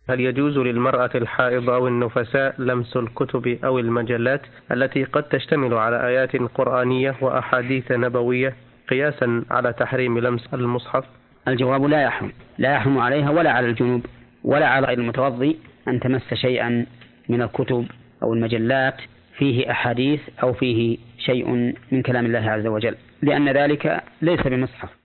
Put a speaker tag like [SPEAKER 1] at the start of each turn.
[SPEAKER 1] هل يجوز للمرأة الحائض أو النفساء لمس الكتب أو المجلات التي قد تشتمل على آيات قرآنية وأحاديث نبوية قياسا على تحريم لمس المصحف؟
[SPEAKER 2] الجواب لا يحرم عليها ولا على الجنوب ولا على المتوضي أن تمس شيئا من الكتب أو المجلات فيه أحاديث أو فيه شيء من كلام الله عز وجل، لأن ذلك ليس بمصحف.